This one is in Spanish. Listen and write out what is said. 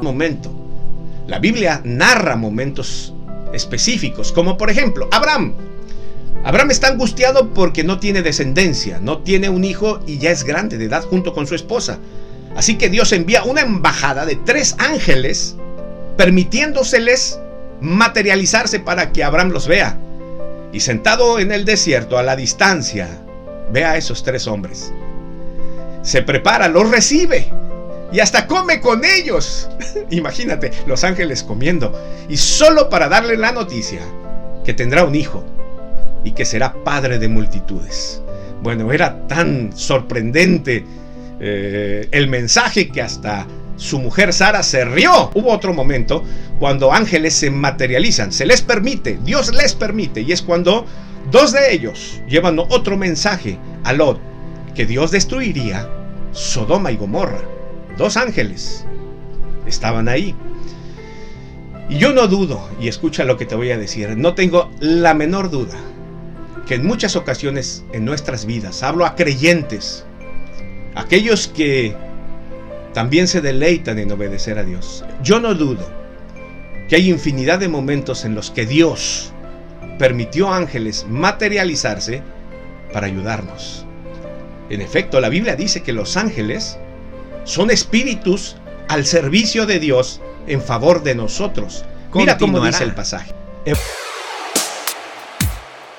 momento. La Biblia narra momentos específicos, como por ejemplo, Abraham. Abraham está angustiado porque no tiene descendencia, no tiene un hijo y ya es grande de edad junto con su esposa. Así que Dios envía una embajada de 3 ángeles, permitiéndoseles materializarse para que Abraham los vea. Y sentado en el desierto, a la distancia, ve a esos 3 hombres. Se prepara, los recibe y hasta come con ellos. Imagínate, los ángeles comiendo. Y solo para darle la noticia que tendrá un hijo y que será padre de multitudes. Bueno, era tan sorprendente el mensaje que hasta su mujer Sara se rió. Hubo otro momento cuando ángeles se materializan, se les permite, Dios les permite, y es cuando 2 de ellos llevan otro mensaje a Lot, que Dios destruiría Sodoma y Gomorra. 2 ángeles estaban ahí. Y yo no dudo, y escucha lo que te voy a decir, no tengo la menor duda, que en muchas ocasiones en nuestras vidas, hablo a creyentes, aquellos que también se deleitan en obedecer a Dios, yo no dudo que hay infinidad de momentos en los que Dios permitió ángeles materializarse para ayudarnos. En efecto, la Biblia dice que los ángeles son espíritus al servicio de Dios en favor de nosotros. Mira cómo dice el pasaje.